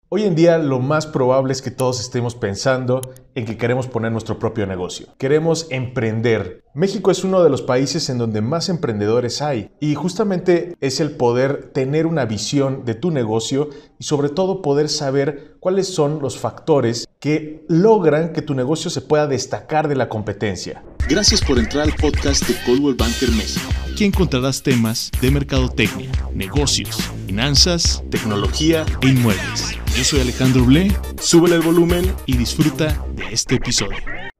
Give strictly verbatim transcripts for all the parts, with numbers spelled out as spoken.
Hoy en día lo más probable es que todos estemos pensando en que queremos poner nuestro propio negocio. Queremos emprender. México es uno de los países en donde más emprendedores hay y justamente es el poder tener una visión de tu negocio y sobre todo poder saber cuáles son los factores que logran que tu negocio se pueda destacar de la competencia. Gracias por entrar al podcast de Coldwell Banker México. Aquí encontrarás temas de mercadotecnia, negocios, finanzas, tecnología e inmuebles. Yo soy Alejandro Blé, súbele el volumen y disfruta de este episodio.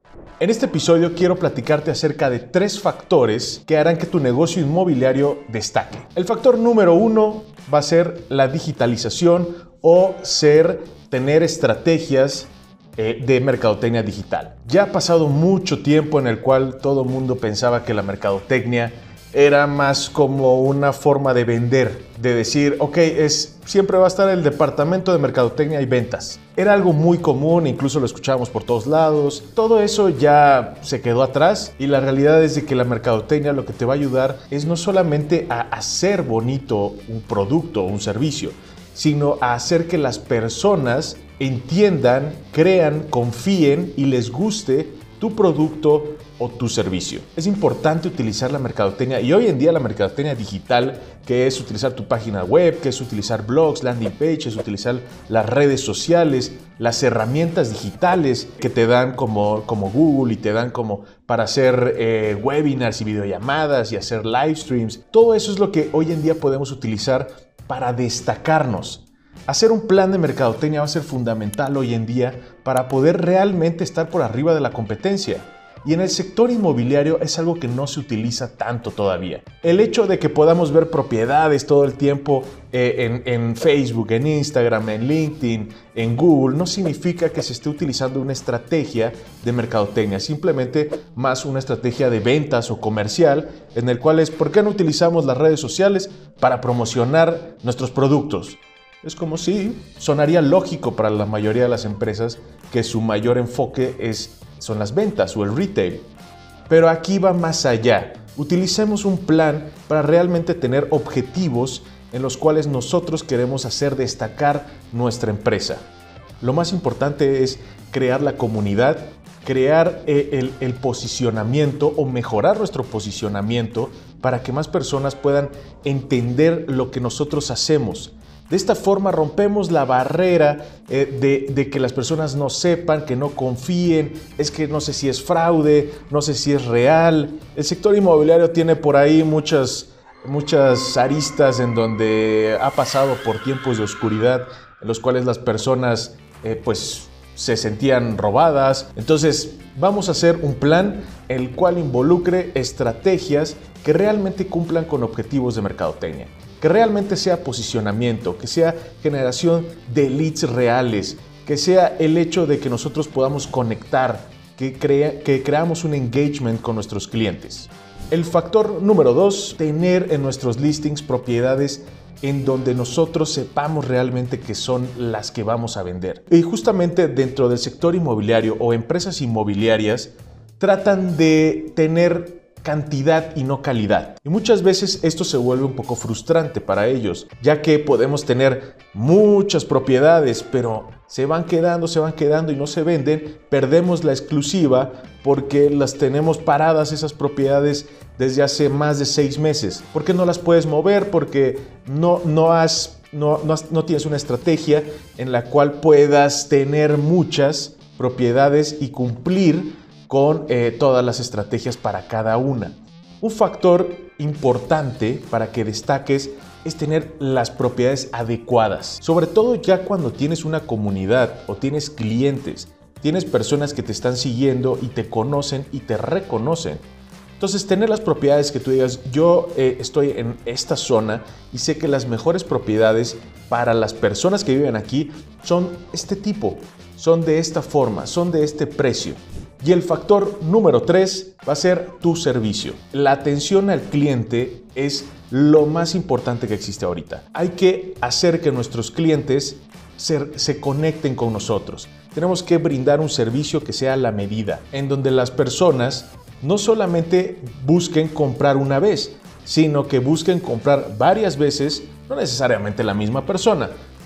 En este episodio quiero platicarte acerca de tres factores que harán que tu negocio inmobiliario destaque. El factor número uno va a ser la digitalización o ser, tener estrategias eh, de mercadotecnia digital. Ya ha pasado mucho tiempo en el cual todo el mundo pensaba que la mercadotecnia era más como una forma de vender, de decir, ok, es, siempre va a estar el departamento de mercadotecnia y ventas. Era algo muy común, incluso lo escuchábamos por todos lados. Todo eso ya se quedó atrás y la realidad es de que la mercadotecnia lo que te va a ayudar es no solamente a hacer bonito un producto o un servicio, sino a hacer que las personas entiendan, crean, confíen y les guste tu producto o tu servicio. Es importante utilizar la mercadotecnia y hoy en día la mercadotecnia digital, que es utilizar tu página web, que es utilizar blogs, landing pages, utilizar las redes sociales, las herramientas digitales que te dan como, como Google y te dan como para hacer eh, webinars y videollamadas y hacer live streams. Todo eso es lo que hoy en día podemos utilizar para destacarnos. Hacer un plan de mercadotecnia va a ser fundamental hoy en día para poder realmente estar por arriba de la competencia. Y en el sector inmobiliario es algo que no se utiliza tanto todavía. El hecho de que podamos ver propiedades todo el tiempo eh, en, en Facebook, en Instagram, en LinkedIn, en Google, no significa que se esté utilizando una estrategia de mercadotecnia, simplemente más una estrategia de ventas o comercial, en el cual es, ¿por qué no utilizamos las redes sociales para promocionar nuestros productos? Es como si sonaría lógico para la mayoría de las empresas que su mayor enfoque es, son las ventas o el retail. Pero aquí va más allá. Utilicemos un plan para realmente tener objetivos en los cuales nosotros queremos hacer destacar nuestra empresa. Lo más importante es crear la comunidad, crear el, el posicionamiento o mejorar nuestro posicionamiento para que más personas puedan entender lo que nosotros hacemos. De esta forma rompemos la barrera eh, de, de que las personas no sepan, que no confíen, es que no sé si es fraude, no sé si es real. El sector inmobiliario tiene por ahí muchas, muchas aristas en donde ha pasado por tiempos de oscuridad en los cuales las personas eh, pues, se sentían robadas. Entonces vamos a hacer un plan el cual involucre estrategias que realmente cumplan con objetivos de mercadotecnia. Que realmente sea posicionamiento, que sea generación de leads reales, que sea el hecho de que nosotros podamos conectar, que, crea, que creamos un engagement con nuestros clientes. El factor número dos, tener en nuestros listings propiedades en donde nosotros sepamos realmente que son las que vamos a vender. Y justamente dentro del sector inmobiliario o empresas inmobiliarias tratan de tener cantidad y no calidad. Y muchas veces esto se vuelve un poco frustrante para ellos, ya que podemos tener muchas propiedades, pero se van quedando, se van quedando y no se venden. Perdemos la exclusiva porque las tenemos paradas esas propiedades desde hace más de seis meses. Porque no las puedes mover, porque no, no, has, no, no, has, no tienes una estrategia en la cual puedas tener muchas propiedades y cumplir con eh, todas las estrategias para cada una. Un factor importante para que destaques es tener las propiedades adecuadas, sobre todo ya cuando tienes una comunidad o tienes clientes, tienes personas que te están siguiendo y te conocen y te reconocen. Entonces, tener las propiedades que tú digas, yo eh, estoy en esta zona y sé que las mejores propiedades para las personas que viven aquí son este tipo, son de esta forma, son de este precio. Y el factor número tres va a ser tu servicio. La atención al cliente es lo más importante que existe ahorita. Hay que hacer que nuestros clientes se, se conecten con nosotros. Tenemos que brindar un servicio que sea a la medida, en donde las personas no solamente busquen comprar una vez, sino que busquen comprar varias veces, no necesariamente la misma persona,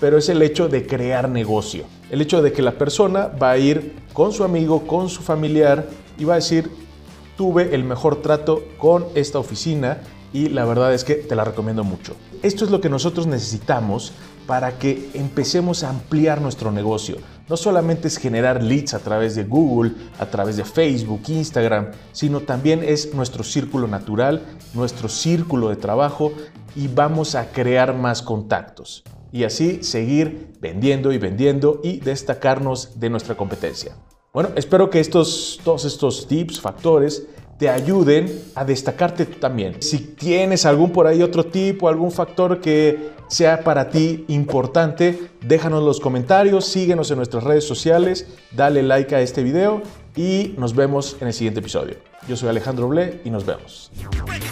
pero es el hecho de crear negocio. El hecho de que la persona va a ir con su amigo, con su familiar y va a decir, tuve el mejor trato con esta oficina y la verdad es que te la recomiendo mucho. Esto es lo que nosotros necesitamos para que empecemos a ampliar nuestro negocio. No solamente es generar leads a través de Google, a través de Facebook, Instagram, sino también es nuestro círculo natural, nuestro círculo de trabajo y vamos a crear más contactos. Y así seguir vendiendo y vendiendo y destacarnos de nuestra competencia. Bueno, espero que estos, todos estos tips, factores, te ayuden a destacarte tú también. Si tienes algún por ahí otro tip o algún factor que sea para ti importante, déjanos en los comentarios, síguenos en nuestras redes sociales, dale like a este video y nos vemos en el siguiente episodio. Yo soy Alejandro Ble y nos vemos.